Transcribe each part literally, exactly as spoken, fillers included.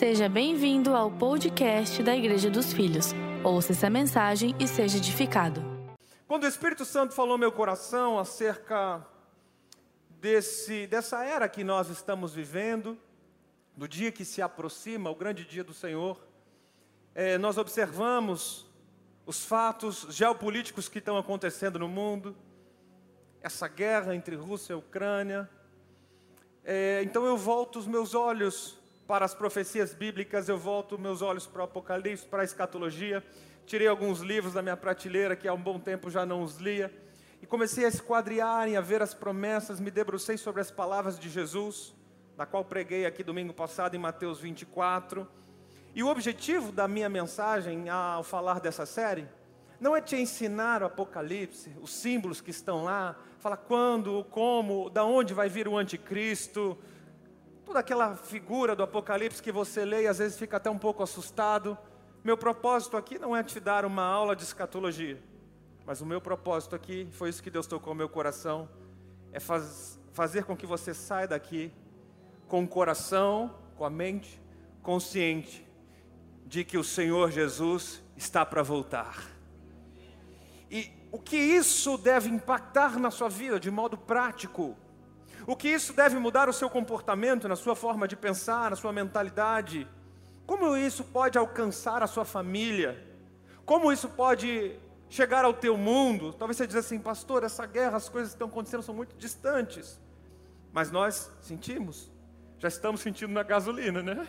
Seja bem-vindo ao podcast da Igreja dos Filhos. Ouça essa mensagem e seja edificado. Quando o Espírito Santo falou no meu coração acerca desse, dessa era que nós estamos vivendo, do dia que se aproxima, o grande dia do Senhor, é, nós observamos os fatos geopolíticos que estão acontecendo no mundo, essa guerra entre Rússia e Ucrânia. É, então eu volto os meus olhos para as profecias bíblicas, eu volto meus olhos para o Apocalipse, para a escatologia. Tirei alguns livros da minha prateleira que há um bom tempo já não os lia, e comecei a esquadriar e a ver as promessas, me debrucei sobre as palavras de Jesus, da qual preguei aqui domingo passado em Mateus vinte e quatro. E o objetivo da minha mensagem ao falar dessa série não é te ensinar o Apocalipse, os símbolos que estão lá, falar quando, como, da onde vai vir o anticristo, toda aquela figura do Apocalipse que você lê e às vezes fica até um pouco assustado. Meu propósito aqui não é te dar uma aula de escatologia, mas o meu propósito aqui, foi isso que Deus tocou no meu coração, é faz, fazer com que você saia daqui com o coração, com a mente, consciente de que o Senhor Jesus está para voltar. E o que isso deve impactar na sua vida de modo prático? O que isso deve mudar o seu comportamento, na sua forma de pensar, na sua mentalidade? Como isso pode alcançar a sua família? Como isso pode chegar ao teu mundo? Talvez você diga assim, pastor, essa guerra, as coisas que estão acontecendo são muito distantes. Mas nós sentimos, já estamos sentindo na gasolina, né?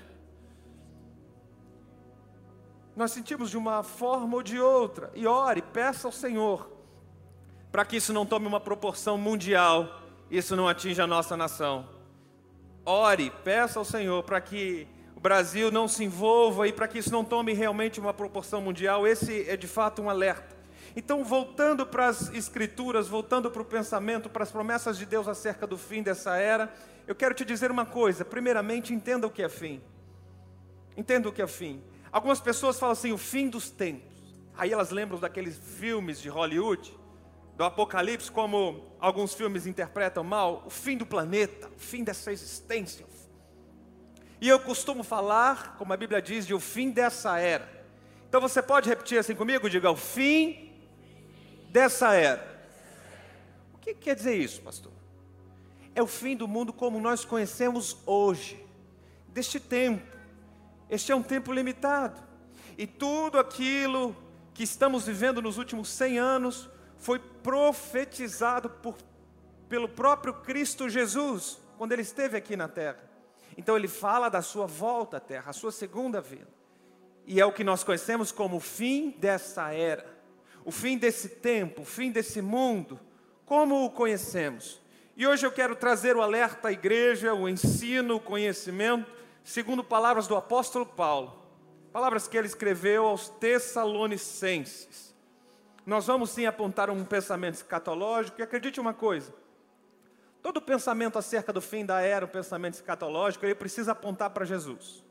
Nós sentimos de uma forma ou de outra. E ore, peça ao Senhor, para que isso não tome uma proporção mundial, isso não atinja a nossa nação. Ore, peça ao Senhor, para que o Brasil não se envolva e para que isso não tome realmente uma proporção mundial. Esse é de fato um alerta. Então, voltando para as Escrituras, voltando para o pensamento, para as promessas de Deus acerca do fim dessa era, eu quero te dizer uma coisa. Primeiramente, entenda o que é fim. Entenda o que é fim. Algumas pessoas falam assim, o fim dos tempos. Aí elas lembram daqueles filmes de Hollywood, do Apocalipse, como alguns filmes interpretam mal, o fim do planeta, o fim dessa existência. E eu costumo falar, como a Bíblia diz, de o fim dessa era. Então você pode repetir assim comigo? Diga, o fim dessa era. O que quer dizer isso, pastor? É o fim do mundo como nós conhecemos hoje, deste tempo. Este é um tempo limitado, e tudo aquilo que estamos vivendo nos últimos cem anos, foi profetizado por, pelo próprio Cristo Jesus, quando Ele esteve aqui na terra. Então Ele fala da sua volta à terra, a sua segunda vinda, e é o que nós conhecemos como o fim dessa era, o fim desse tempo, o fim desse mundo, como o conhecemos. E hoje eu quero trazer o alerta à igreja, o ensino, o conhecimento, segundo palavras do apóstolo Paulo, palavras que ele escreveu aos Tessalonicenses. Nós vamos sim apontar um pensamento escatológico, e acredite uma coisa, todo pensamento acerca do fim da era, o pensamento escatológico, ele precisa apontar para Jesus.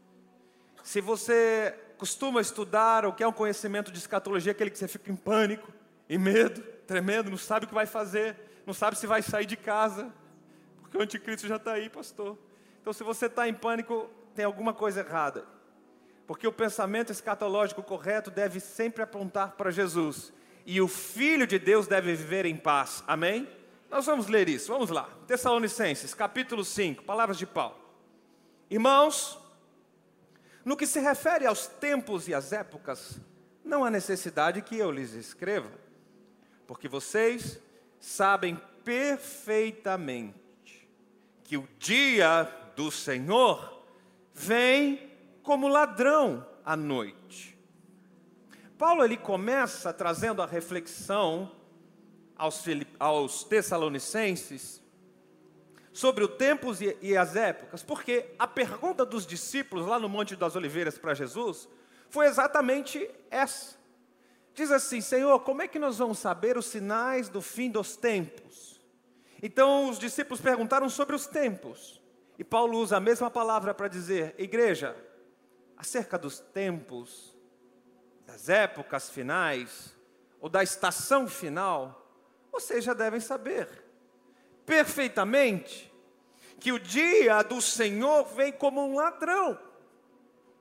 Se você costuma estudar o que é um conhecimento de escatologia, aquele que você fica em pânico, em medo, tremendo, não sabe o que vai fazer, não sabe se vai sair de casa, porque o anticristo já está aí, pastor. Então, se você está em pânico, tem alguma coisa errada. Porque o pensamento escatológico correto deve sempre apontar para Jesus. E o Filho de Deus deve viver em paz. Amém? Nós vamos ler isso. Vamos lá. Tessalonicenses, capítulo cinco, palavras de Paulo. Irmãos, no que se refere aos tempos e às épocas, não há necessidade que eu lhes escreva. Porque vocês sabem perfeitamente que o dia do Senhor vem como ladrão à noite. Paulo ele começa trazendo a reflexão aos, aos Tessalonicenses sobre os tempos e, e as épocas, porque a pergunta dos discípulos lá no Monte das Oliveiras para Jesus foi exatamente essa. Diz assim, Senhor, como é que nós vamos saber os sinais do fim dos tempos? Então os discípulos perguntaram sobre os tempos. E Paulo usa a mesma palavra para dizer, igreja, acerca dos tempos, das épocas finais, ou da estação final, vocês já devem saber perfeitamente que o dia do Senhor vem como um ladrão.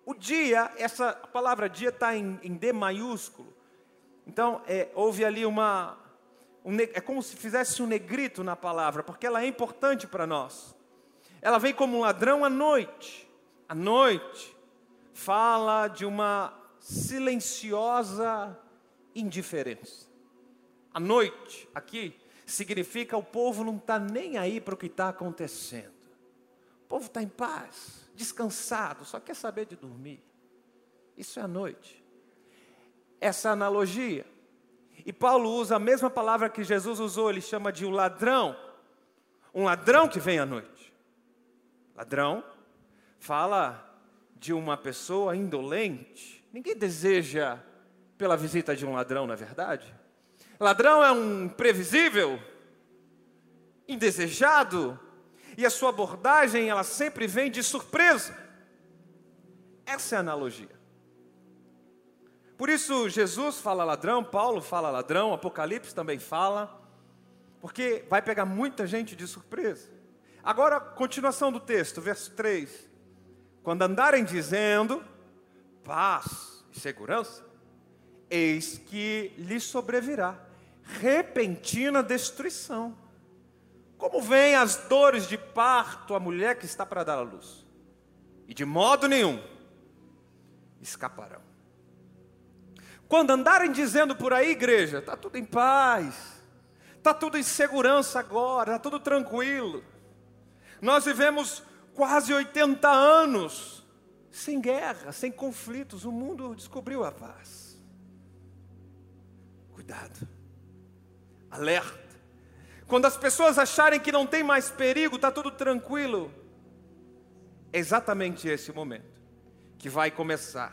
O dia, essa palavra dia está em, em D maiúsculo. Então, é, houve ali uma... Um, é como se fizesse um negrito na palavra, porque ela é importante para nós. Ela vem como um ladrão à noite. À noite, fala de uma silenciosa indiferença. À noite, aqui, significa o povo não está nem aí para o que está acontecendo. O povo está em paz, descansado, só quer saber de dormir. Isso é a noite. Essa analogia. E Paulo usa a mesma palavra que Jesus usou, ele chama de um ladrão. Um ladrão que vem à noite. Ladrão fala de uma pessoa indolente. Ninguém deseja pela visita de um ladrão, não é verdade? Ladrão é um imprevisível, indesejado, e a sua abordagem, ela sempre vem de surpresa. Essa é a analogia. Por isso Jesus fala ladrão, Paulo fala ladrão, Apocalipse também fala, porque vai pegar muita gente de surpresa. Agora, continuação do texto, verso três. Quando andarem dizendo paz e segurança, eis que lhes sobrevirá repentina destruição. Como vêm as dores de parto à mulher que está para dar à luz, e de modo nenhum escaparão. Quando andarem dizendo por aí, igreja, está tudo em paz, está tudo em segurança agora, está tudo tranquilo. Nós vivemos quase oitenta anos sem guerra, sem conflitos, o mundo descobriu a paz. Cuidado, alerta. Quando as pessoas acharem que não tem mais perigo, está tudo tranquilo, é exatamente esse o momento que vai começar.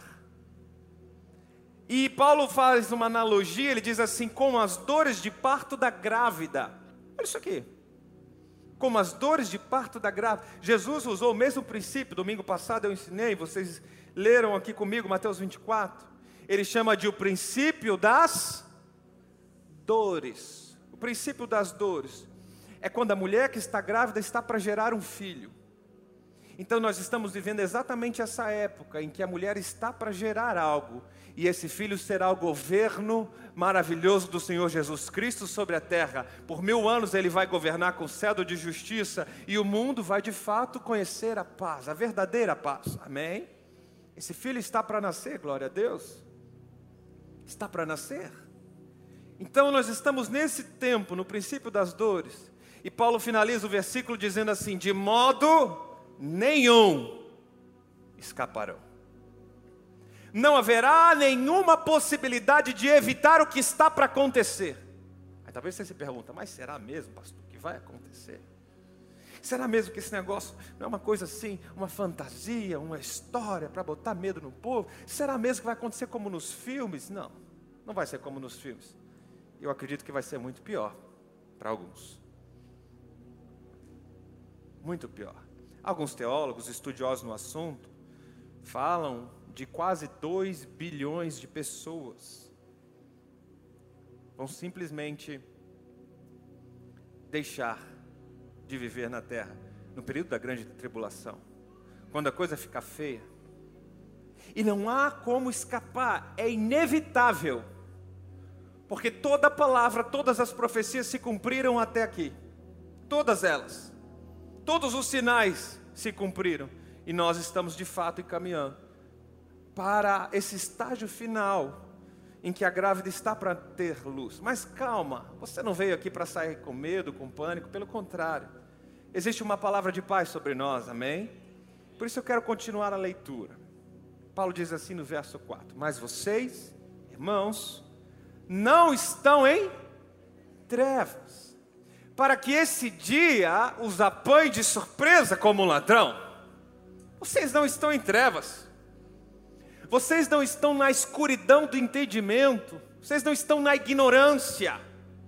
E Paulo faz uma analogia, ele diz assim, como as dores de parto da grávida. Olha isso aqui. Como as dores de parto da grávida. Jesus usou o mesmo princípio, domingo passado eu ensinei, vocês leram aqui comigo, Mateus vinte e quatro. Ele chama de o princípio das dores. O princípio das dores é quando a mulher que está grávida está para gerar um filho. Então nós estamos vivendo exatamente essa época em que a mulher está para gerar algo. E esse filho será o governo maravilhoso do Senhor Jesus Cristo sobre a terra. Por mil anos ele vai governar com cetro de justiça. E o mundo vai de fato conhecer a paz, a verdadeira paz. Amém? Esse filho está para nascer, glória a Deus. Está para nascer. Então nós estamos nesse tempo, no princípio das dores. E Paulo finaliza o versículo dizendo assim, de modo nenhum escaparão. Não haverá nenhuma possibilidade de evitar o que está para acontecer. Aí talvez você se pergunta, mas será mesmo, pastor, que vai acontecer? Será mesmo que esse negócio não é uma coisa assim, uma fantasia, uma história para botar medo no povo? Será mesmo que vai acontecer como nos filmes? Não, não vai ser como nos filmes. Eu acredito que vai ser muito pior para alguns. Muito pior. Alguns teólogos, estudiosos no assunto, falam de quase dois bilhões de pessoas vão simplesmente deixar de viver na terra no período da grande tribulação, quando a coisa fica feia. E não há como escapar, é inevitável, porque toda a palavra, todas as profecias se cumpriram até aqui, todas elas, todos os sinais se cumpriram, e nós estamos de fato encaminhando para esse estágio final, em que a grávida está para ter luz. Mas calma, você não veio aqui para sair com medo, com pânico, pelo contrário. Existe uma palavra de paz sobre nós, amém? Por isso eu quero continuar a leitura. Paulo diz assim no verso quatro, mas vocês, irmãos, não estão em trevas, para que esse dia os apanhe de surpresa como um ladrão. Vocês não estão em trevas. Vocês não estão na escuridão do entendimento. Vocês não estão na ignorância.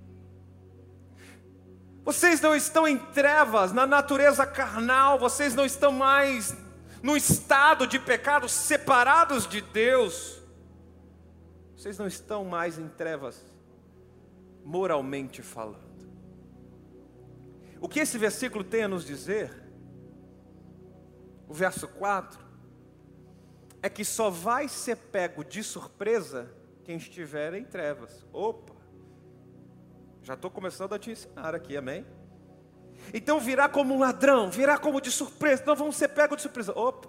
Vocês não estão em trevas, na natureza carnal. Vocês não estão mais no estado de pecado, separados de Deus. Vocês não estão mais em trevas, moralmente falando. O que esse versículo tem a nos dizer? O verso quatro. é que só vai ser pego de surpresa quem estiver em trevas. Opa, já estou começando a te ensinar aqui, amém? Então virá como um ladrão, virá como de surpresa, nós vamos ser pegos de surpresa. Opa,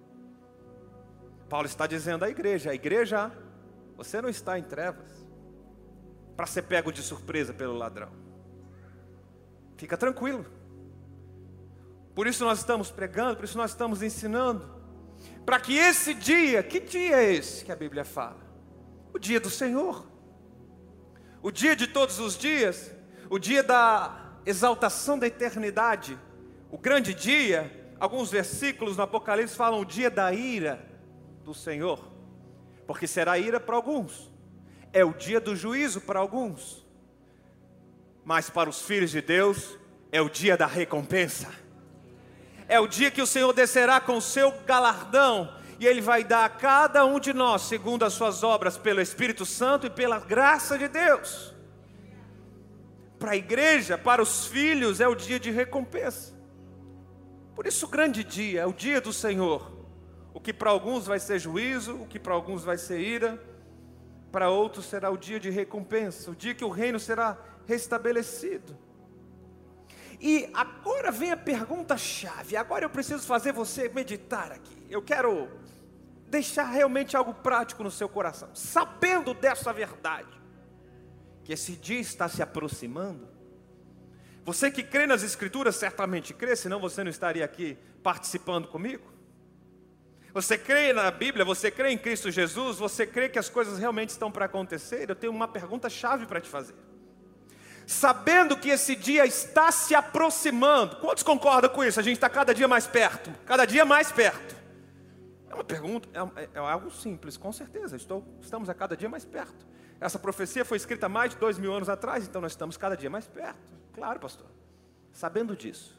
Paulo está dizendo à igreja, a igreja, você não está em trevas para ser pego de surpresa pelo ladrão. Fica tranquilo. Por isso nós estamos pregando, por isso nós estamos ensinando, para que esse dia, que dia é esse que a Bíblia fala? O dia do Senhor, o dia de todos os dias, o dia da exaltação da eternidade, o grande dia. Alguns versículos no Apocalipse falam o dia da ira do Senhor, porque será ira para alguns, é o dia do juízo para alguns, mas para os filhos de Deus é o dia da recompensa, é o dia que o Senhor descerá com o seu galardão, e Ele vai dar a cada um de nós, segundo as suas obras, pelo Espírito Santo e pela graça de Deus. Para a igreja, para os filhos, é o dia de recompensa. Por isso o grande dia, é o dia do Senhor. O que para alguns vai ser juízo, o que para alguns vai ser ira, para outros será o dia de recompensa, o dia que o reino será restabelecido. E agora vem a pergunta-chave, agora eu preciso fazer você meditar aqui. Eu quero deixar realmente algo prático no seu coração, sabendo dessa verdade, que esse dia está se aproximando. Você que crê nas Escrituras certamente crê, senão você não estaria aqui participando comigo. Você crê na Bíblia, você crê em Cristo Jesus, você crê que as coisas realmente estão para acontecer. Eu tenho uma pergunta-chave para te fazer. Sabendo que esse dia está se aproximando, quantos concordam com isso? A gente está cada dia mais perto, cada dia mais perto. É uma pergunta, é, é algo simples, com certeza, estou, estamos a cada dia mais perto. Essa profecia foi escrita há mais de dois mil anos atrás, então nós estamos cada dia mais perto. Claro, pastor. Sabendo disso,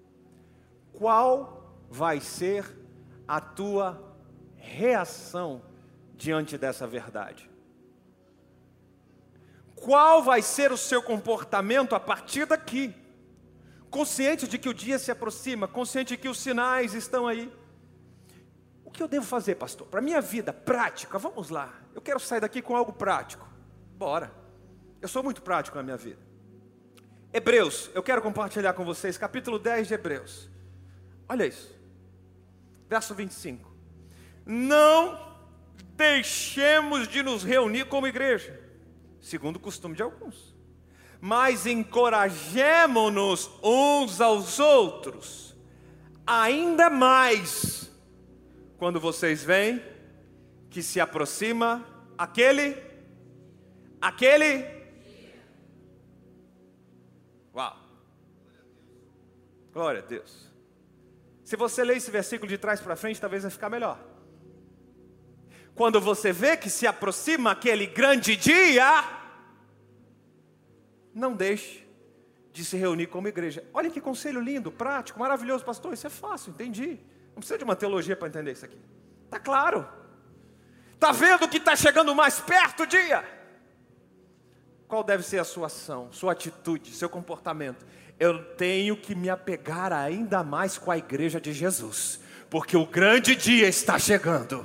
qual vai ser a tua reação diante dessa verdade? Qual vai ser o seu comportamento a partir daqui? Consciente de que o dia se aproxima, consciente de que os sinais estão aí. O que eu devo fazer, pastor? Para a minha vida prática, vamos lá. Eu quero sair daqui com algo prático. Bora. Eu sou muito prático na minha vida. Hebreus, eu quero compartilhar com vocês, capítulo dez de Hebreus. Olha isso. Verso vinte e cinco. Não deixemos de nos reunir como igreja, segundo o costume de alguns, mas encorajemo-nos uns aos outros, ainda mais, quando vocês veem que se aproxima aquele, aquele, uau, glória a Deus. Se você ler esse versículo de trás para frente, talvez vai ficar melhor. Quando você vê que se aproxima aquele grande dia, não deixe de se reunir como igreja. Olha que conselho lindo, prático, maravilhoso, pastor. Isso é fácil, entendi. Não precisa de uma teologia para entender isso aqui. Está claro. Está vendo que está chegando mais perto o dia? Qual deve ser a sua ação, sua atitude, seu comportamento? Eu tenho que me apegar ainda mais com a igreja de Jesus, porque o grande dia está chegando.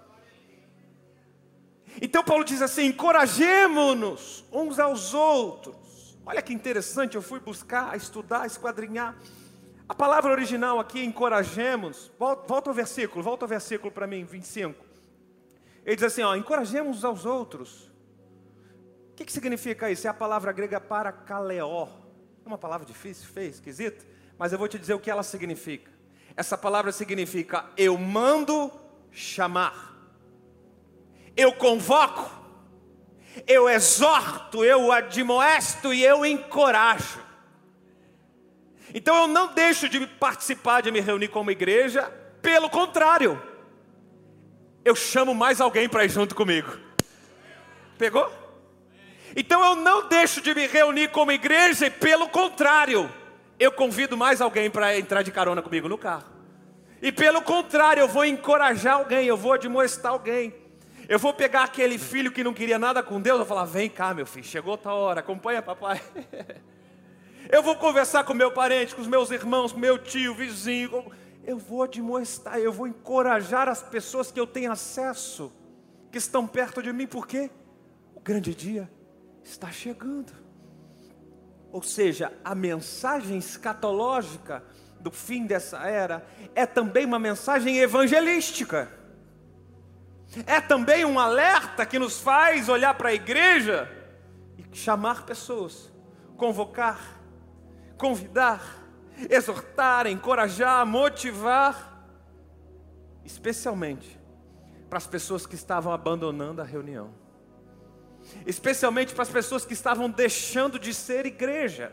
Então Paulo diz assim, encorajemo-nos uns aos outros. Olha que interessante, eu fui buscar, estudar, esquadrinhar. A palavra original aqui, encorajemos, volta, volta ao versículo, volta ao versículo para mim, vinte e cinco. Ele diz assim, ó, encorajemos uns aos outros. O que, que significa isso? É a palavra grega parakaleó. É uma palavra difícil, feia, esquisita, mas eu vou te dizer o que ela significa. Essa palavra significa, eu mando chamar. Eu convoco, eu exorto, eu admoesto e eu encorajo. Então eu não deixo de participar, de me reunir como igreja, pelo contrário, eu chamo mais alguém para ir junto comigo. Pegou? Então eu não deixo de me reunir como igreja e pelo contrário, eu convido mais alguém para entrar de carona comigo no carro. E pelo contrário, eu vou encorajar alguém, eu vou admoestar alguém. Eu vou pegar aquele filho que não queria nada com Deus, eu vou falar, vem cá meu filho, chegou outra hora, acompanha papai. Eu vou conversar com meu parente, com os meus irmãos, com meu tio, vizinho. eu vou admoestar, eu vou encorajar as pessoas que eu tenho acesso, que estão perto de mim, porque o grande dia está chegando. Ou seja, a mensagem escatológica do fim dessa era é também uma mensagem evangelística. É também um alerta que nos faz olhar para a igreja e chamar pessoas, convocar, convidar, exortar, encorajar, motivar, especialmente para as pessoas que estavam abandonando a reunião, especialmente para as pessoas que estavam deixando de ser igreja.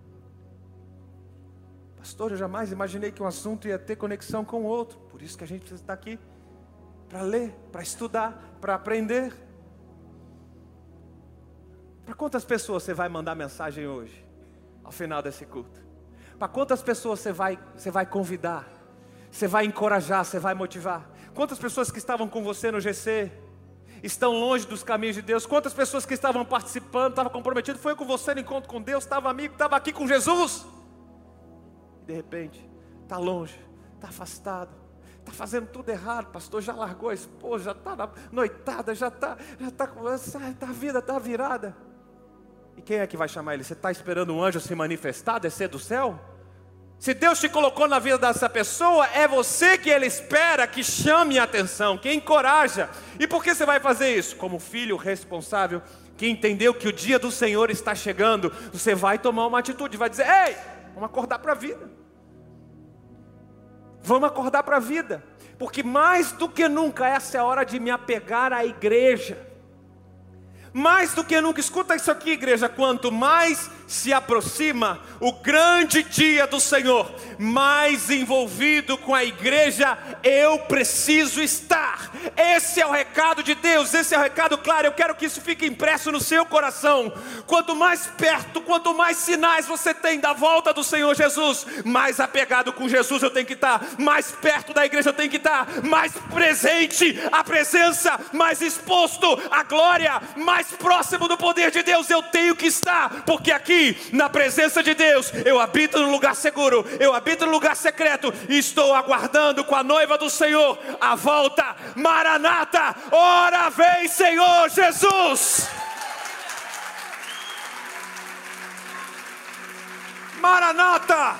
Pastor, eu jamais imaginei que um assunto ia ter conexão com o outro, por isso que a gente precisa estar aqui, para ler, para estudar, para aprender. Para quantas pessoas você vai mandar mensagem hoje, ao final desse culto? Para quantas pessoas você vai, você vai convidar, você vai encorajar, você vai motivar? Quantas pessoas que estavam com você no G C estão longe dos caminhos de Deus? Quantas pessoas que estavam participando, estavam comprometidas, foi com você no encontro com Deus, estava amigo, estava aqui com Jesus, e de repente está longe, está afastado, está fazendo tudo errado, pastor, já largou a esposa, já está na noitada, já está, já está, tá, a vida está virada. E quem é que vai chamar ele? Você está esperando um anjo se manifestar, descer do céu? Se Deus te colocou na vida dessa pessoa, é você que ele espera que chame a atenção, que encoraja. E por que você vai fazer isso? Como filho responsável, que entendeu que o dia do Senhor está chegando, você vai tomar uma atitude, vai dizer: ei, vamos acordar para a vida. Vamos acordar para a vida, porque mais do que nunca essa é a hora de me apegar à igreja. Mais do que nunca, escuta isso aqui, igreja, quanto mais se aproxima o grande dia do Senhor, mais envolvido com a igreja eu preciso estar. Esse é o recado de Deus, esse é o recado claro. Eu quero que isso fique impresso no seu coração. Quanto mais perto, quanto mais sinais você tem da volta do Senhor Jesus, mais apegado com Jesus eu tenho que estar, mais perto da igreja eu tenho que estar, mais presente a presença, mais exposto à glória, mais próximo do poder de Deus eu tenho que estar, porque aqui na presença de Deus eu habito no lugar seguro, eu habito no lugar secreto e estou aguardando com a noiva do Senhor a volta. Maranata, ora vem Senhor Jesus. Maranata,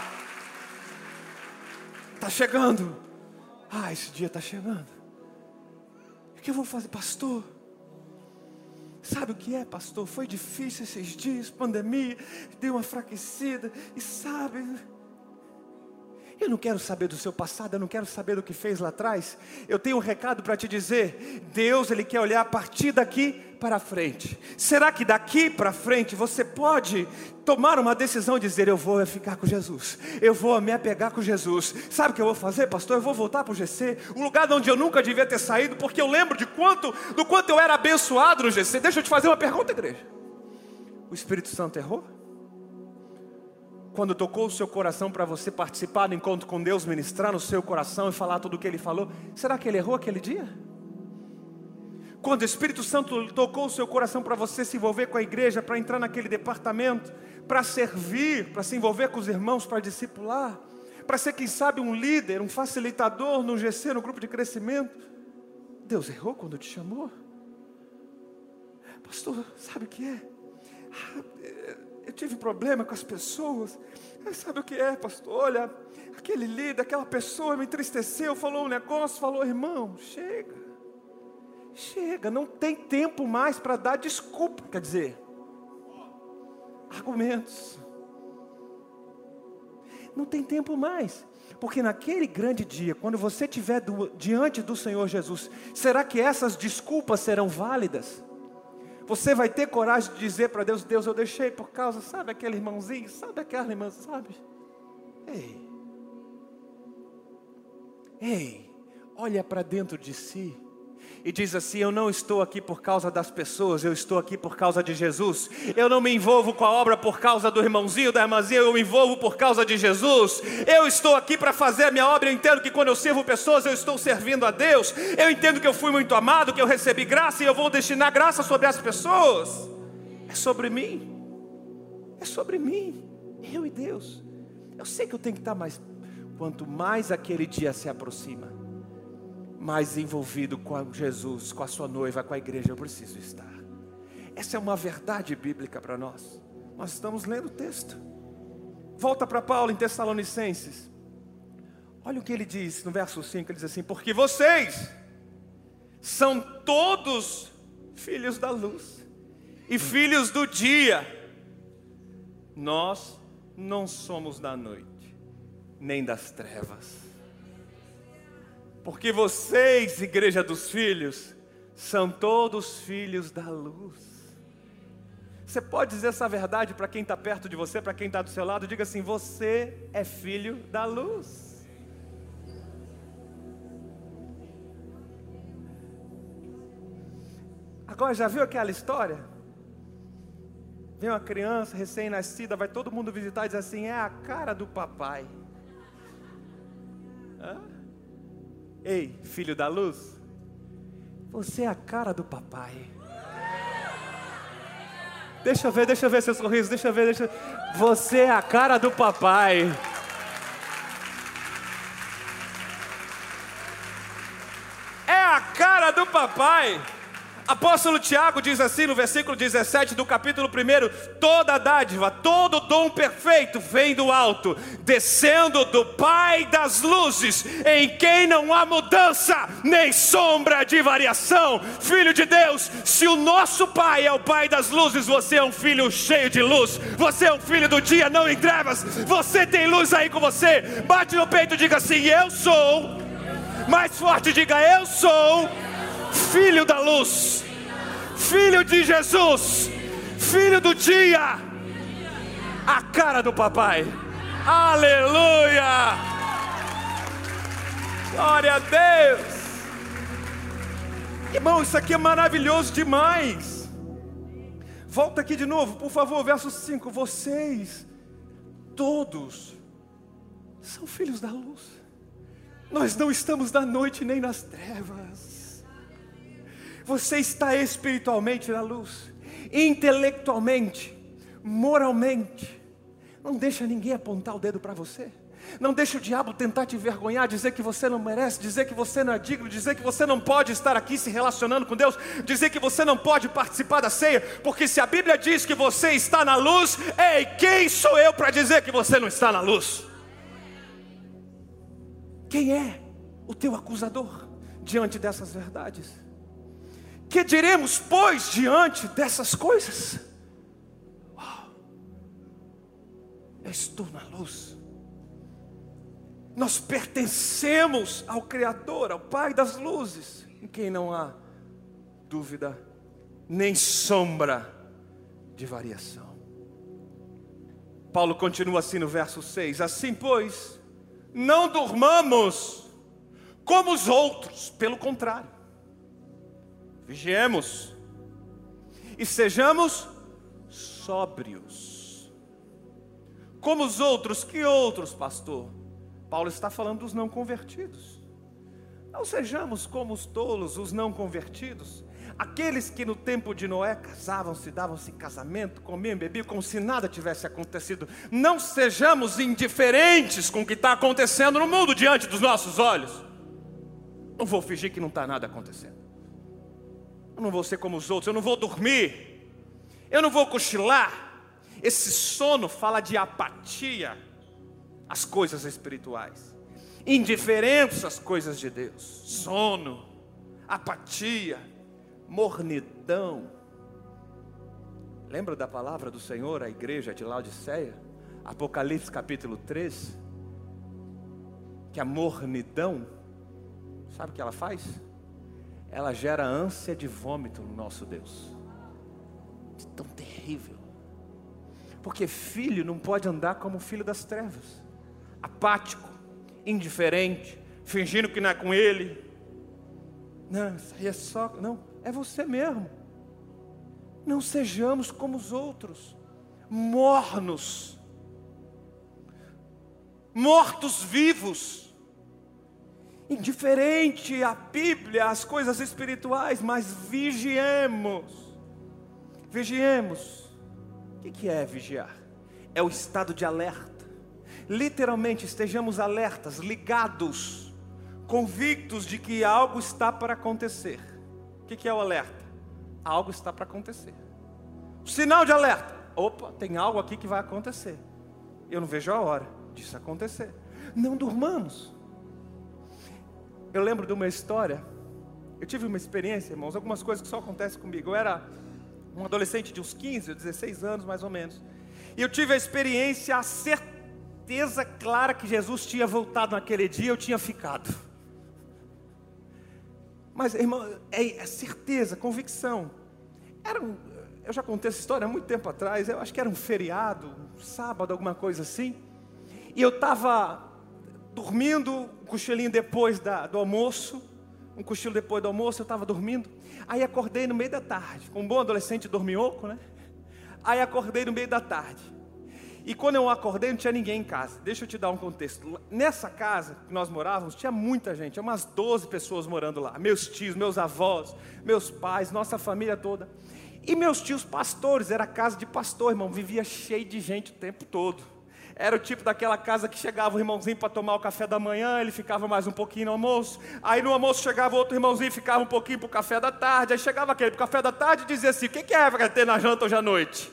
está chegando. Ah, esse dia está chegando. O que eu vou fazer, pastor? Sabe o que é, pastor? Foi difícil esses dias, pandemia, deu uma enfraquecida. E sabe, eu não quero saber do seu passado, eu não quero saber do que fez lá atrás. Eu tenho um recado para te dizer. Deus, Ele quer olhar a partir daqui para frente. Será que daqui para frente você pode tomar uma decisão e dizer: eu vou ficar com Jesus, eu vou me apegar com Jesus? Sabe o que eu vou fazer, pastor? Eu vou voltar para o G C, um lugar de onde eu nunca devia ter saído, porque eu lembro de quanto, do quanto eu era abençoado no G C. Deixa eu te fazer uma pergunta, igreja. O Espírito Santo errou? Quando tocou o seu coração para você participar do encontro com Deus, ministrar no seu coração e falar tudo o que Ele falou, será que Ele errou aquele dia? Quando o Espírito Santo tocou o seu coração para você se envolver com a igreja, para entrar naquele departamento, para servir, para se envolver com os irmãos, para discipular, para ser, quem sabe, um líder, um facilitador no G C, no grupo de crescimento, Deus errou quando te chamou? Pastor, sabe o que é? Eu tive problema com as pessoas. Sabe o que é, pastor? Olha, aquele líder, aquela pessoa me entristeceu, falou um negócio, falou: irmão, chega, chega, não tem tempo mais para dar desculpa, quer dizer, argumentos. Não tem tempo mais, porque naquele grande dia, quando você estiver diante do Senhor Jesus, será que essas desculpas serão válidas? Você vai ter coragem de dizer para Deus: Deus, eu deixei por causa, sabe aquele irmãozinho, sabe aquela irmã, sabe? Ei, ei, olha para dentro de si e diz assim: eu não estou aqui por causa das pessoas, eu estou aqui por causa de Jesus. Eu não me envolvo com a obra por causa do irmãozinho, da irmãzinha, eu me envolvo por causa de Jesus. Eu estou aqui para fazer a minha obra. Eu entendo que quando eu sirvo pessoas, eu estou servindo a Deus. Eu entendo que eu fui muito amado, que eu recebi graça e eu vou destinar graça sobre as pessoas. É sobre mim, é sobre mim, eu e Deus. Eu sei que eu tenho que estar mais quanto mais aquele dia se aproxima, mais envolvido com Jesus, com a sua noiva, com a igreja eu preciso estar. Essa é uma verdade bíblica para nós. Nós estamos lendo o texto. Volta para Paulo em Tessalonicenses. Olha o que ele diz no verso cinco, ele diz assim: porque vocês são todos filhos da luz e filhos do dia. Nós não somos da noite, nem das trevas. Porque vocês, igreja dos filhos, são todos filhos da luz. Você pode dizer essa verdade para quem está perto de você, para quem está do seu lado? Diga assim: você é filho da luz. Agora, já viu aquela história? Vem uma criança recém-nascida, vai todo mundo visitar e diz assim: é a cara do papai. Hã? Ei, filho da luz, você é a cara do papai. Deixa eu ver, deixa eu ver seu sorriso, deixa eu ver, deixa eu... Você é a cara do papai. É a cara do papai. Apóstolo Tiago diz assim no versículo dezessete do capítulo um: toda dádiva, todo dom perfeito vem do alto, descendo do Pai das luzes, em quem não há mudança, nem sombra de variação. Filho de Deus, se o nosso Pai é o Pai das luzes, você é um filho cheio de luz, você é um filho do dia, não em trevas, você tem luz aí com você. Bate no peito e diga assim: eu sou, mais forte diga: eu sou filho da luz, filho de Jesus, filho do dia, a cara do papai. Aleluia! Glória a Deus! Irmão, isso aqui é maravilhoso demais. Volta aqui de novo, por favor, verso cinco. Vocês todos são filhos da luz. Nós não estamos na noite nem nas trevas. Você está espiritualmente na luz, intelectualmente, moralmente. Não deixa ninguém apontar o dedo para você. Não deixa o diabo tentar te envergonhar, dizer que você não merece, dizer que você não é digno, dizer que você não pode estar aqui se relacionando com Deus, dizer que você não pode participar da ceia, porque se a Bíblia diz que você está na luz, ei, quem sou eu para dizer que você não está na luz? Quem é o teu acusador diante dessas verdades? Que diremos, pois, diante dessas coisas? Uau. Eu estou na luz. Nós pertencemos ao Criador, ao Pai das luzes, em quem não há dúvida, nem sombra de variação. Paulo continua assim no verso seis: assim, pois, não durmamos como os outros, pelo contrário, vigiemos e sejamos sóbrios. Como os outros, que outros, pastor? Paulo está falando dos não convertidos. Não sejamos como os tolos, os não convertidos, aqueles que no tempo de Noé casavam-se, davam-se em casamento, comiam, bebiam, como se nada tivesse acontecido. Não sejamos indiferentes com o que está acontecendo no mundo diante dos nossos olhos. Não vou fingir que não está nada acontecendo. Eu não vou ser como os outros, eu não vou dormir, eu não vou cochilar. Esse sono fala de apatia às coisas espirituais, indiferença às coisas de Deus. Sono, apatia, mornidão. Lembra da palavra do Senhor à igreja de Laodiceia? Apocalipse capítulo três. Que a mornidão, sabe o que ela faz? Ela gera ânsia de vômito no nosso Deus. É tão terrível. Porque filho não pode andar como filho das trevas, apático, indiferente, fingindo que não é com ele. Não, isso aí é só... Não, é você mesmo. Não sejamos como os outros, mornos, mortos vivos, indiferente à Bíblia, às coisas espirituais, mas vigiemos. Vigiemos. O que é vigiar? É o estado de alerta, literalmente estejamos alertas, ligados, convictos de que algo está para acontecer. O que é o alerta? Algo está para acontecer. O sinal de alerta: opa, tem algo aqui que vai acontecer. Eu não vejo a hora disso acontecer. Não durmamos. Eu lembro de uma história. Eu tive uma experiência, irmãos, algumas coisas que só acontecem comigo. Eu era um adolescente de uns quinze, dezesseis anos mais ou menos. E eu tive a experiência, a certeza clara que Jesus tinha voltado naquele dia, eu tinha ficado. Mas, irmão, é, é certeza, convicção. Era um, eu já contei essa história há muito tempo atrás. Eu acho que era um feriado, um sábado, alguma coisa assim. E eu estava dormindo, um cochilinho depois da, do almoço. Um cochilo depois do almoço, eu estava dormindo. Aí acordei no meio da tarde. Com um bom adolescente dorminhoco, né? Aí acordei no meio da tarde. E quando eu acordei, não tinha ninguém em casa. Deixa eu te dar um contexto. Nessa casa que nós morávamos, tinha muita gente. Tinha umas doze pessoas morando lá. Meus tios, meus avós, meus pais, nossa família toda. E meus tios pastores, era casa de pastor, irmão. Vivia cheio de gente o tempo todo. Era o tipo daquela casa que chegava o irmãozinho para tomar o café da manhã, ele ficava mais um pouquinho no almoço. Aí no almoço chegava outro irmãozinho e ficava um pouquinho para o café da tarde. Aí chegava aquele para o café da tarde e dizia assim: o que, que é para ter na janta hoje à noite?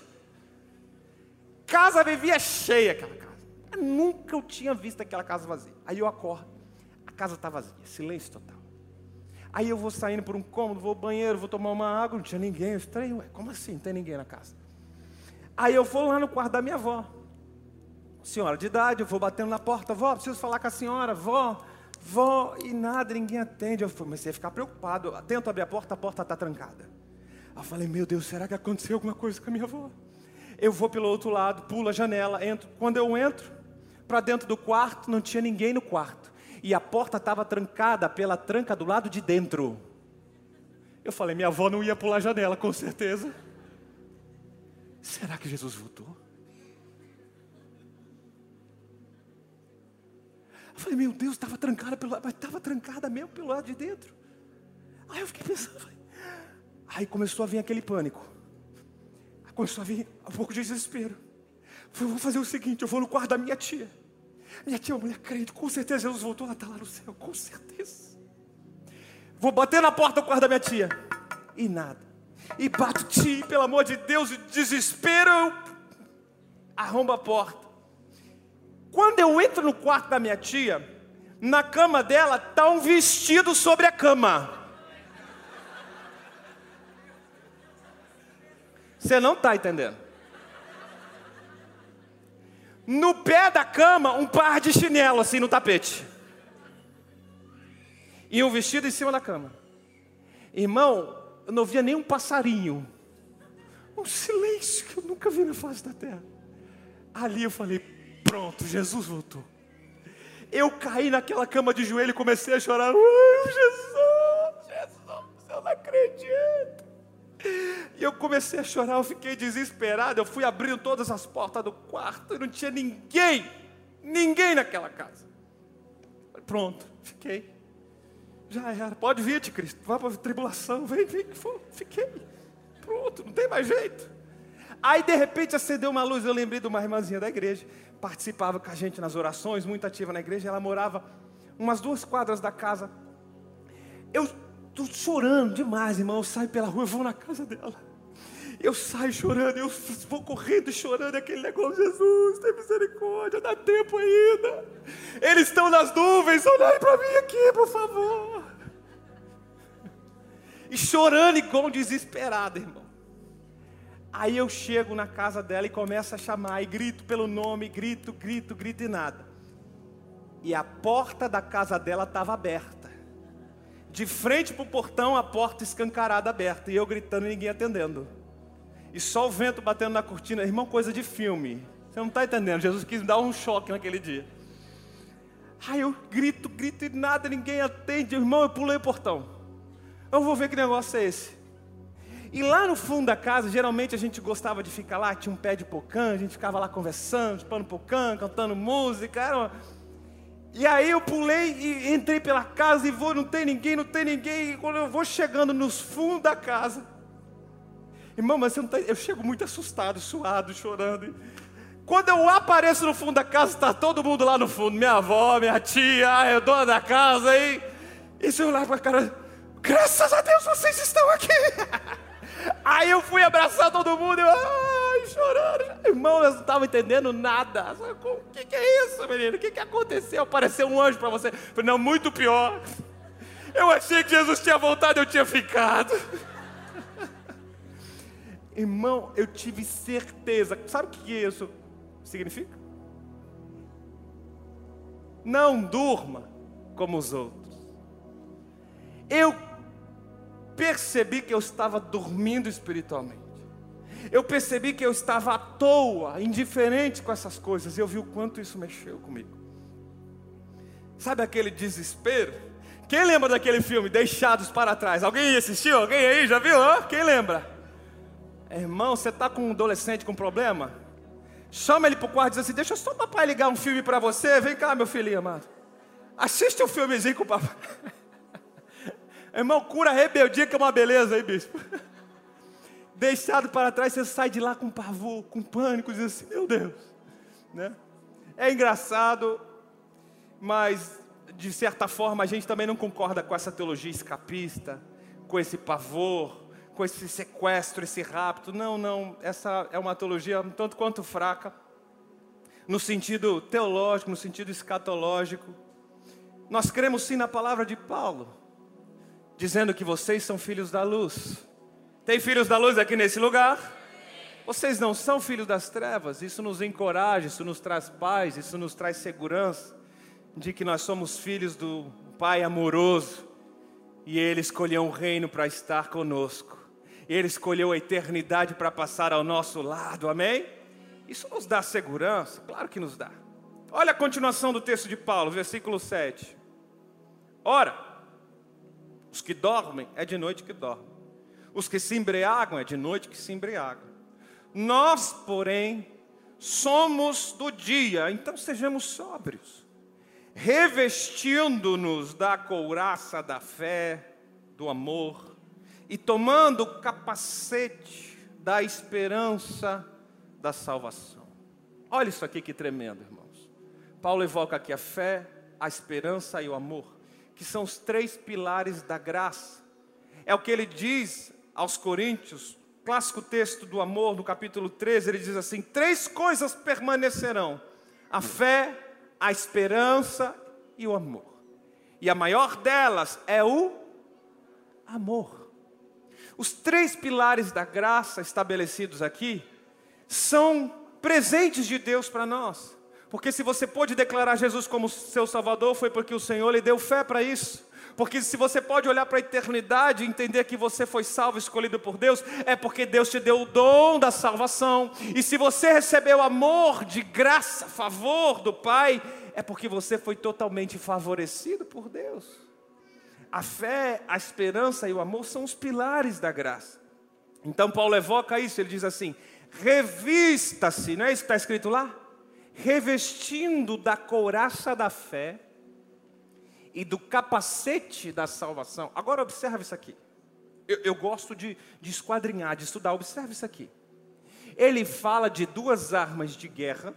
Casa vivia cheia, aquela casa. Eu nunca eu tinha visto aquela casa vazia. Aí eu acordo, a casa está vazia, silêncio total. Aí eu vou saindo por um cômodo, vou ao banheiro, vou tomar uma água, não tinha ninguém. Eu estranho, ué, como assim não tem ninguém na casa? Aí eu vou lá no quarto da minha avó. Senhora de idade, eu vou batendo na porta: vó, preciso falar com a senhora, vó, vó, e nada, ninguém atende. Eu comecei a ficar preocupado, eu tento abrir a porta, a porta está trancada. Eu falei: meu Deus, será que aconteceu alguma coisa com a minha avó? Eu vou pelo outro lado, pulo a janela, entro. Quando eu entro para dentro do quarto, não tinha ninguém no quarto. E a porta estava trancada pela tranca do lado de dentro. Eu falei: minha avó não ia pular a janela, com certeza. Será que Jesus voltou? Eu falei: meu Deus, estava trancada pelo lado, mas estava trancada mesmo pelo lado de dentro. Aí eu fiquei pensando, falei, aí começou a vir aquele pânico. Começou a vir um pouco de desespero. Eu falei: vou fazer o seguinte, eu vou no quarto da minha tia. Minha tia é uma mulher crente, com certeza Jesus voltou, ela está lá no céu, com certeza. Vou bater na porta do quarto da minha tia. E nada. E bato, tia, pelo amor de Deus, e desespero, eu arrombo a porta. Quando eu entro no quarto da minha tia, na cama dela está um vestido sobre a cama. Você não está entendendo. No pé da cama, um par de chinelo assim no tapete. E um vestido em cima da cama. Irmão, eu não via nem um passarinho. Um silêncio que eu nunca vi na face da terra. Ali eu falei: pronto, Jesus voltou. Eu caí naquela cama de joelho e comecei a chorar. Ai, Jesus, Jesus, eu não acredito. E eu comecei a chorar, eu fiquei desesperado. Eu fui abrindo todas as portas do quarto e não tinha ninguém, ninguém naquela casa. Pronto, fiquei. Já era, pode vir, tio Cristo, vá para a tribulação, vem, vem, fiquei. Pronto, não tem mais jeito. Aí de repente acendeu uma luz, eu lembrei de uma irmãzinha da igreja, participava com a gente nas orações, muito ativa na igreja. Ela morava umas duas quadras da casa. Eu estou chorando demais, irmão. Eu saio pela rua, eu vou na casa dela. Eu saio chorando, eu vou correndo chorando, aquele negócio: Jesus, tem misericórdia, dá tempo ainda. Eles estão nas nuvens, olhem para mim aqui, por favor. E chorando igual um desesperado, irmão. Aí eu chego na casa dela e começo a chamar, e grito pelo nome, grito, grito, grito e nada. E a porta da casa dela estava aberta. De frente para o portão, a porta escancarada aberta. E eu gritando e ninguém atendendo. E só o vento batendo na cortina. Irmão, coisa de filme. Você não está entendendo. Jesus quis me dar um choque naquele dia. Aí eu grito, grito e nada, ninguém atende. Irmão, eu pulei o portão. Eu vou ver que negócio é esse. E lá no fundo da casa, geralmente a gente gostava de ficar lá. Tinha um pé de pocã, a gente ficava lá conversando, chupando pocã, cantando música. Era uma... E aí eu pulei e entrei pela casa e vou, não tem ninguém, não tem ninguém. E quando eu vou chegando nos fundos da casa, irmão, mas você não tá... eu chego muito assustado, suado, chorando. Quando eu apareço no fundo da casa, está todo mundo lá no fundo. Minha avó, minha tia, a dona da casa aí. E se eu olhar para a cara, graças a Deus vocês estão aqui. Aí eu fui abraçar todo mundo e eu, ai, chorando. Irmão, eu não estava entendendo nada. O que, que é isso, menino? O que, que aconteceu? Apareceu um anjo para você. Eu falei, não, muito pior. Eu achei que Jesus tinha voltado e eu tinha ficado. Irmão, eu tive certeza. Sabe o que isso significa? Não durma como os outros. Eu percebi que eu estava dormindo espiritualmente. Eu percebi que eu estava à toa, indiferente com essas coisas. E eu vi o quanto isso mexeu comigo. Sabe aquele desespero? Quem lembra daquele filme, Deixados para Trás? Alguém assistiu? Alguém aí já viu? Hã? Quem lembra? Irmão, você está com um adolescente com problema? Chama ele para o quarto e diz assim, deixa só o papai ligar um filme para você. Vem cá, meu filhinho amado. Assiste um filmezinho com o papai. Irmão, cura a rebeldia, que é uma beleza aí, bispo. Deixado para trás, você sai de lá com pavor, com pânico, diz assim, meu Deus. Né? É engraçado, mas de certa forma a gente também não concorda com essa teologia escapista, com esse pavor, com esse sequestro, esse rapto. Não, não, essa é uma teologia um tanto quanto fraca, no sentido teológico, no sentido escatológico. Nós cremos sim na palavra de Paulo, dizendo que vocês são filhos da luz. Tem filhos da luz aqui nesse lugar? Vocês não são filhos das trevas. Isso nos encoraja, isso nos traz paz, isso nos traz segurança de que nós somos filhos do Pai amoroso. E Ele escolheu um reino para estar conosco. Ele escolheu a eternidade para passar ao nosso lado, amém? Isso nos dá segurança, claro que nos dá. Olha a continuação do texto de Paulo, versículo sete. Ora, os que dormem, é de noite que dormem. Os que se embriagam, é de noite que se embriagam. Nós, porém, somos do dia, então sejamos sóbrios, revestindo-nos da couraça da fé, do amor, e tomando o capacete da esperança da salvação. Olha isso aqui que tremendo, irmãos. Paulo evoca aqui a fé, a esperança e o amor, que são os três pilares da graça. É o que ele diz aos Coríntios, clássico texto do amor, no capítulo treze, ele diz assim, três coisas permanecerão, a fé, a esperança e o amor. E a maior delas é o amor. Os três pilares da graça estabelecidos aqui, são presentes de Deus para nós. Porque se você pode declarar Jesus como seu Salvador, foi porque o Senhor lhe deu fé para isso. Porque se você pode olhar para a eternidade e entender que você foi salvo, escolhido por Deus, é porque Deus te deu o dom da salvação. E se você recebeu amor de graça, favor do Pai, é porque você foi totalmente favorecido por Deus. A fé, a esperança e o amor são os pilares da graça. Então Paulo evoca isso, ele diz assim, revista-se, não é isso que está escrito lá? Revestindo da couraça da fé e do capacete da salvação. Agora observa isso aqui. Eu, eu gosto de, de esquadrinhar, de estudar. Observa isso aqui. Ele fala de duas armas de guerra.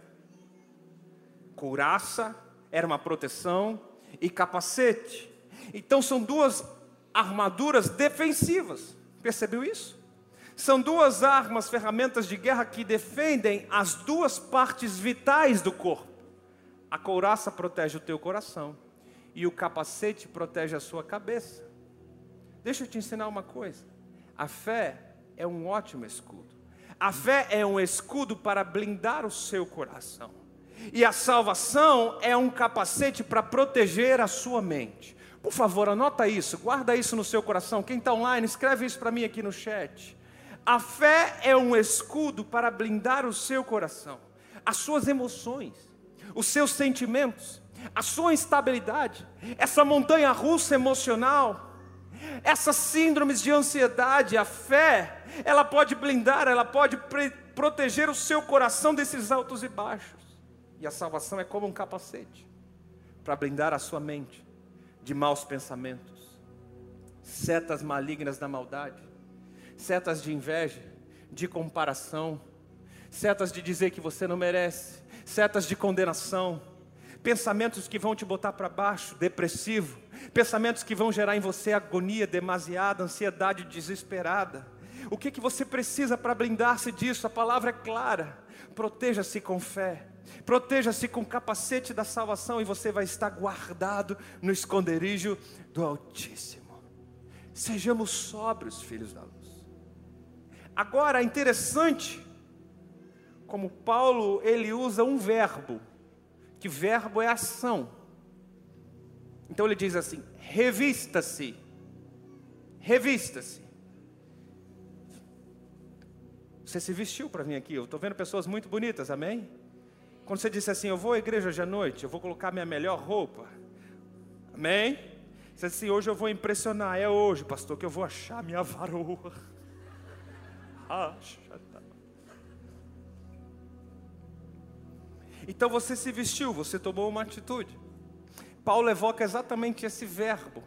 Couraça, era uma proteção, e capacete. Então são duas armaduras defensivas. Percebeu isso? São duas armas, ferramentas de guerra que defendem as duas partes vitais do corpo. A couraça protege o teu coração. E o capacete protege a sua cabeça. Deixa eu te ensinar uma coisa. A fé é um ótimo escudo. A fé é um escudo para blindar o seu coração. E a salvação é um capacete para proteger a sua mente. Por favor, anota isso, guarda isso no seu coração. Quem está online, escreve isso para mim aqui no chat. A fé é um escudo para blindar o seu coração, as suas emoções, os seus sentimentos, a sua instabilidade, essa montanha russa emocional, essas síndromes de ansiedade. A fé, ela pode blindar, ela pode proteger o seu coração desses altos e baixos. E a salvação é como um capacete para blindar a sua mente de maus pensamentos, setas malignas da maldade, setas de inveja, de comparação, setas de dizer que você não merece, setas de condenação, pensamentos que vão te botar para baixo, depressivo, pensamentos que vão gerar em você agonia demasiada, ansiedade desesperada. O que, que você precisa para blindar-se disso? A palavra é clara: proteja-se com fé, proteja-se com o capacete da salvação, e você vai estar guardado no esconderijo do Altíssimo. Sejamos sóbrios, filhos da luz. Agora, é interessante como Paulo, ele usa um verbo, que verbo é ação. Então ele diz assim: revista-se, revista-se. Você se vestiu para vir aqui, eu estou vendo pessoas muito bonitas, amém? Quando você disse assim: eu vou à igreja hoje à noite, eu vou colocar minha melhor roupa, amém? Você disse assim: hoje eu vou impressionar, é hoje, pastor, que eu vou achar minha varoa. Então você se vestiu, você tomou uma atitude. Paulo evoca exatamente esse verbo,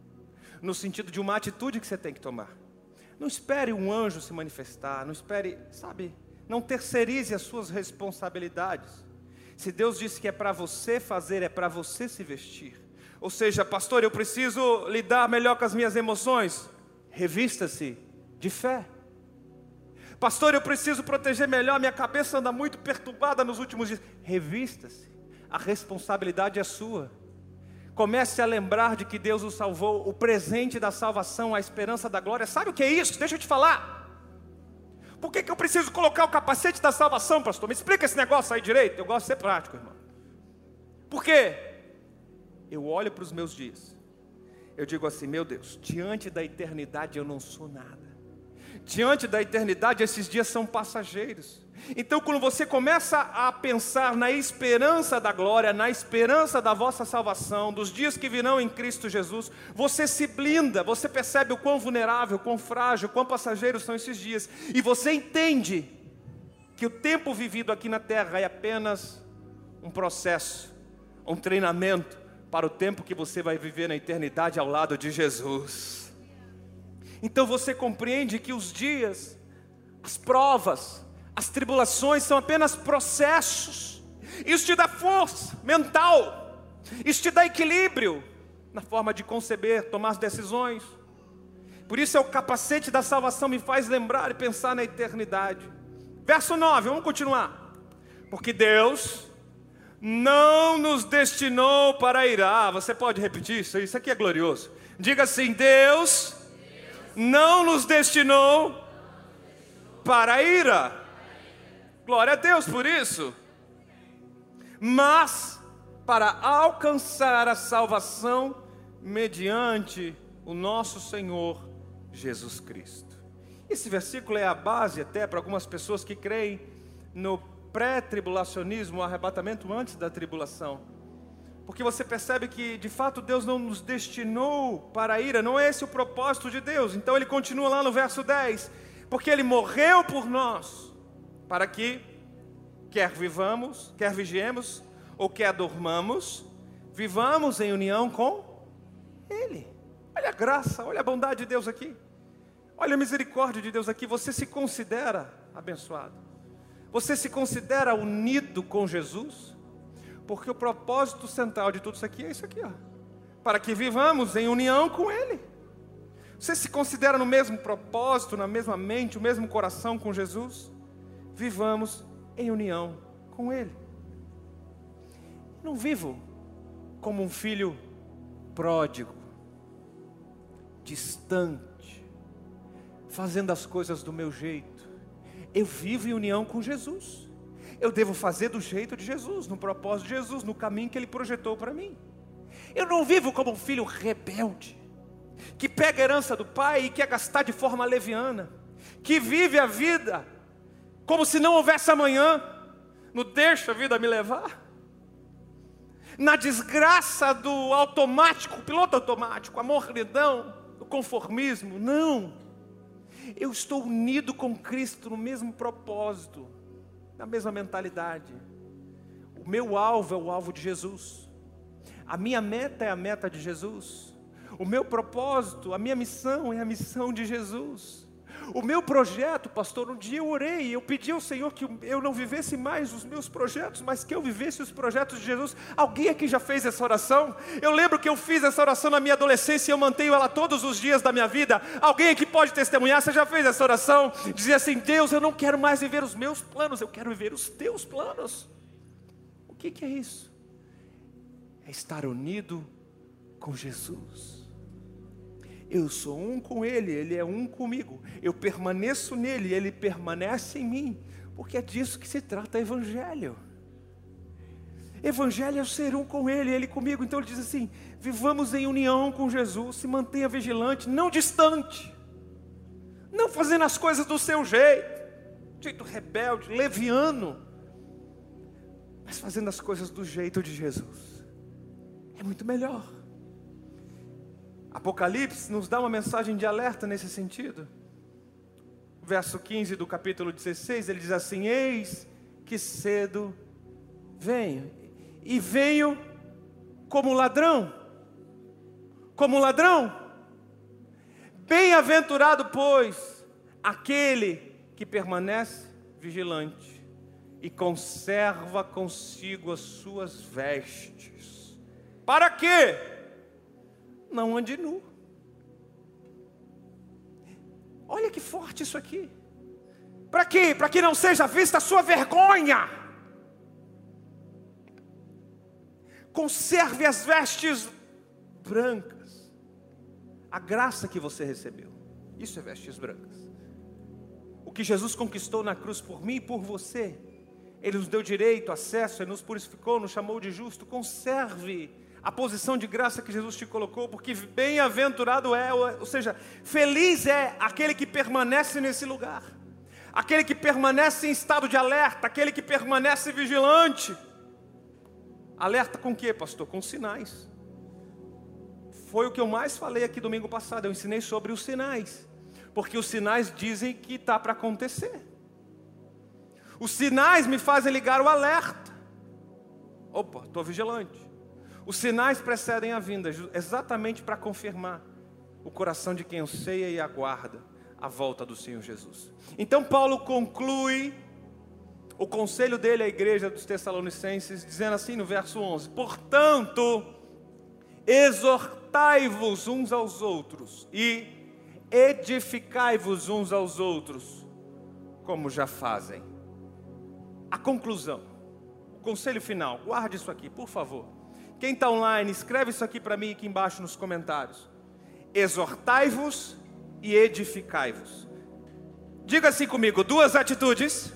no sentido de uma atitude que você tem que tomar. Não espere um anjo se manifestar, não espere, sabe, não terceirize as suas responsabilidades. Se Deus disse que é para você fazer, é para você se vestir. Ou seja, pastor, eu preciso lidar melhor com as minhas emoções. Revista-se de fé. Pastor, eu preciso proteger melhor, minha cabeça anda muito perturbada nos últimos dias. Revista-se, a responsabilidade é sua. Comece a lembrar de que Deus o salvou, o presente da salvação, a esperança da glória. Sabe o que é isso? Deixa eu te falar. Por que que eu preciso colocar o capacete da salvação, pastor? Me explica esse negócio aí direito. Eu gosto de ser prático, irmão. Por quê? Eu olho para os meus dias, eu digo assim: meu Deus, diante da eternidade eu não sou nada. Diante da eternidade esses dias são passageiros. Então quando você começa a pensar na esperança da glória, na esperança da vossa salvação, dos dias que virão em Cristo Jesus, você se blinda, você percebe o quão vulnerável, quão frágil, quão passageiros são esses dias. E você entende que o tempo vivido aqui na terra é apenas um processo, um treinamento para o tempo que você vai viver na eternidade ao lado de Jesus. Então você compreende que os dias, as provas, as tribulações são apenas processos. Isso te dá força mental, isso te dá equilíbrio na forma de conceber, tomar as decisões. Por isso é o capacete da salvação, me faz lembrar e pensar na eternidade. Verso nove, vamos continuar. Porque Deus não nos destinou para a ira. Ah, você pode repetir isso? Isso aqui é glorioso. Diga assim: Deus não nos destinou para a ira. Glória a Deus por isso. Mas para alcançar a salvação mediante o nosso Senhor Jesus Cristo. Esse versículo é a base até para algumas pessoas que creem no pré-tribulacionismo, o arrebatamento antes da tribulação. Porque você percebe que de fato Deus não nos destinou para a ira, não é esse o propósito de Deus. Então ele continua lá no verso dez: porque ele morreu por nós, para que, quer vivamos, quer vigiemos, ou quer dormamos, vivamos em união com ele. Olha a graça, olha a bondade de Deus aqui, olha a misericórdia de Deus aqui. Você se considera abençoado? Você se considera unido com Jesus? Porque o propósito central de tudo isso aqui é isso aqui, ó, para que vivamos em união com ele. Você se considera no mesmo propósito, na mesma mente, o mesmo coração com Jesus? Vivamos em união com ele. Não vivo como um filho pródigo, distante, fazendo as coisas do meu jeito. Eu vivo em união com Jesus. Eu devo fazer do jeito de Jesus, no propósito de Jesus, no caminho que ele projetou para mim. Eu não vivo como um filho rebelde, que pega a herança do pai e quer gastar de forma leviana, que vive a vida como se não houvesse amanhã, no deixa a vida me levar, na desgraça do automático, piloto automático, a mornidão, o conformismo. Não, eu estou unido com Cristo no mesmo propósito, na mesma mentalidade. O meu alvo é o alvo de Jesus, a minha meta é a meta de Jesus, o meu propósito, a minha missão é a missão de Jesus. O meu projeto, pastor, um dia eu orei, eu pedi ao Senhor que eu não vivesse mais os meus projetos, mas que eu vivesse os projetos de Jesus. Alguém aqui já fez essa oração? Eu lembro que eu fiz essa oração na minha adolescência e eu mantenho ela todos os dias da minha vida. Alguém aqui pode testemunhar, você já fez essa oração? Dizia assim: Deus, eu não quero mais viver os meus planos, eu quero viver os teus planos. O que que é isso? É estar unido com Jesus. Eu sou um com Ele, Ele é um comigo. Eu permaneço nele, Ele permanece em mim. Porque é disso que se trata o Evangelho. Evangelho é ser um com Ele, Ele comigo. Então Ele diz assim: vivamos em união com Jesus, se mantenha vigilante, não distante. Não fazendo as coisas do seu jeito, jeito rebelde, leviano. Mas fazendo as coisas do jeito de Jesus. É muito melhor. Apocalipse nos dá uma mensagem de alerta nesse sentido. Verso quinze do capítulo dezesseis, ele diz assim: eis que cedo venho, e venho como ladrão, como ladrão. Bem-aventurado, pois, aquele que permanece vigilante e conserva consigo as suas vestes. Para quê? Não ande nu. Olha que forte isso aqui. Para quê? Para que não seja vista a sua vergonha. Conserve as vestes brancas. A graça que você recebeu. Isso é vestes brancas. O que Jesus conquistou na cruz por mim e por você. Ele nos deu direito, acesso, Ele nos purificou, nos chamou de justo. Conserve a posição de graça que Jesus te colocou, porque bem-aventurado é, ou seja, feliz é aquele que permanece nesse lugar, aquele que permanece em estado de alerta, aquele que permanece vigilante. Alerta com o quê, pastor? Com sinais. Foi o que eu mais falei aqui domingo passado, eu ensinei sobre os sinais, porque os sinais dizem que está para acontecer. Os sinais me fazem ligar o alerta. Opa, estou vigilante. Os sinais precedem a vinda, exatamente para confirmar o coração de quem anseia e aguarda a volta do Senhor Jesus. Então Paulo conclui o conselho dele à igreja dos Tessalonicenses, dizendo assim no verso onze: portanto, exortai-vos uns aos outros e edificai-vos uns aos outros, como já fazem. A conclusão, o conselho final, guarde isso aqui, por favor. Quem está online, escreve isso aqui para mim aqui embaixo nos comentários. Exortai-vos e edificai-vos. Diga assim comigo, duas atitudes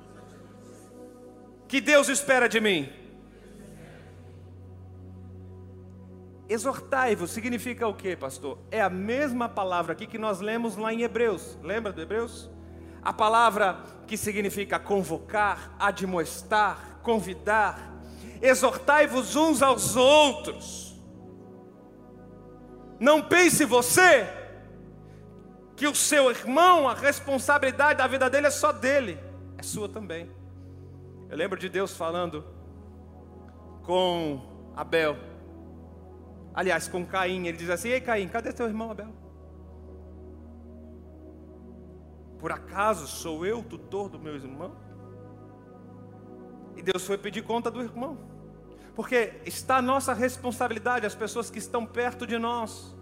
que Deus espera de mim. Exortai-vos significa o que, pastor? É a mesma palavra aqui que nós lemos lá em Hebreus. Lembra do Hebreus? A palavra que significa convocar, admoestar, convidar. Exortai-vos uns aos outros. Não pense você que o seu irmão, a responsabilidade da vida dele é só dele, é sua também. Eu lembro de Deus falando com Abel, aliás com Caim. Ele diz assim: ei Caim, cadê teu irmão Abel? Por acaso sou eu tutor do meu irmão? E Deus foi pedir conta do irmão. Porque está a nossa responsabilidade, as pessoas que estão perto de nós,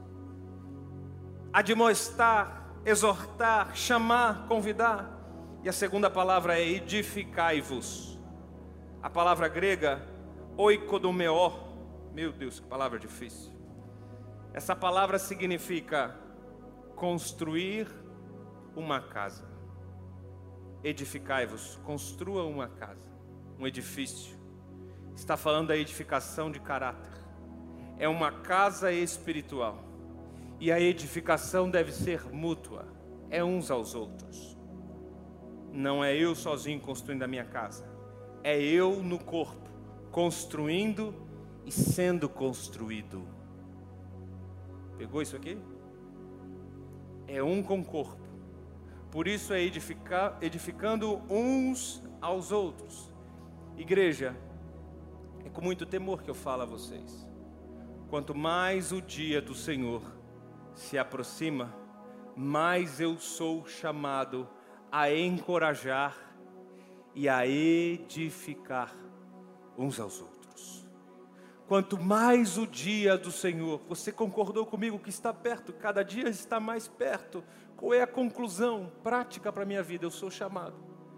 admoestar, exortar, chamar, convidar. E a segunda palavra é edificai-vos. A palavra grega, oikodomeo. Meu Deus, que palavra difícil. Essa palavra significa construir uma casa. Edificai-vos, construa uma casa, um edifício. Está falando da edificação de caráter. É uma casa espiritual. E a edificação deve ser mútua. É uns aos outros. Não é eu sozinho construindo a minha casa. É eu no corpo, construindo e sendo construído. Pegou isso aqui? É um com o corpo. Por isso é edificar, edificando uns aos outros. Igreja, é com muito temor que eu falo a vocês. Quanto mais o dia do Senhor se aproxima, mais eu sou chamado a encorajar e a edificar uns aos outros. Quanto mais o dia do Senhor, você concordou comigo que está perto, cada dia está mais perto. Qual é a conclusão prática para a minha vida? Eu sou chamado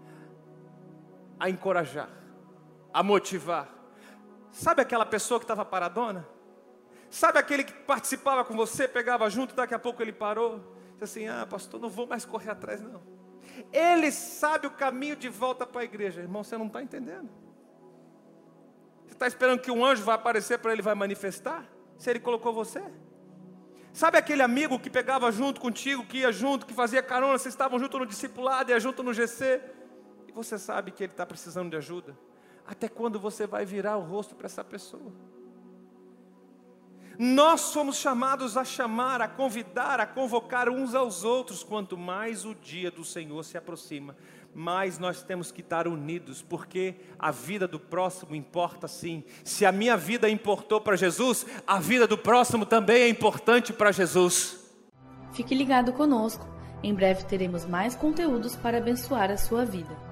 a encorajar, a motivar. Sabe aquela pessoa que estava paradona? Sabe aquele que participava com você, pegava junto, daqui a pouco ele parou? Disse assim, ah pastor, não vou mais correr atrás não. Ele sabe o caminho de volta para a igreja. Irmão, você não está entendendo. Você está esperando que um anjo vai aparecer para ele, vai manifestar? Se ele colocou você? Sabe aquele amigo que pegava junto contigo, que ia junto, que fazia carona, vocês estavam junto no discipulado, ia junto no G C, e você sabe que ele está precisando de ajuda? Até quando você vai virar o rosto para essa pessoa? Nós somos chamados a chamar, a convidar, a convocar uns aos outros. Quanto mais o dia do Senhor se aproxima, mais nós temos que estar unidos, porque a vida do próximo importa sim. Se a minha vida importou para Jesus, a vida do próximo também é importante para Jesus. Fique ligado conosco, em breve teremos mais conteúdos para abençoar a sua vida.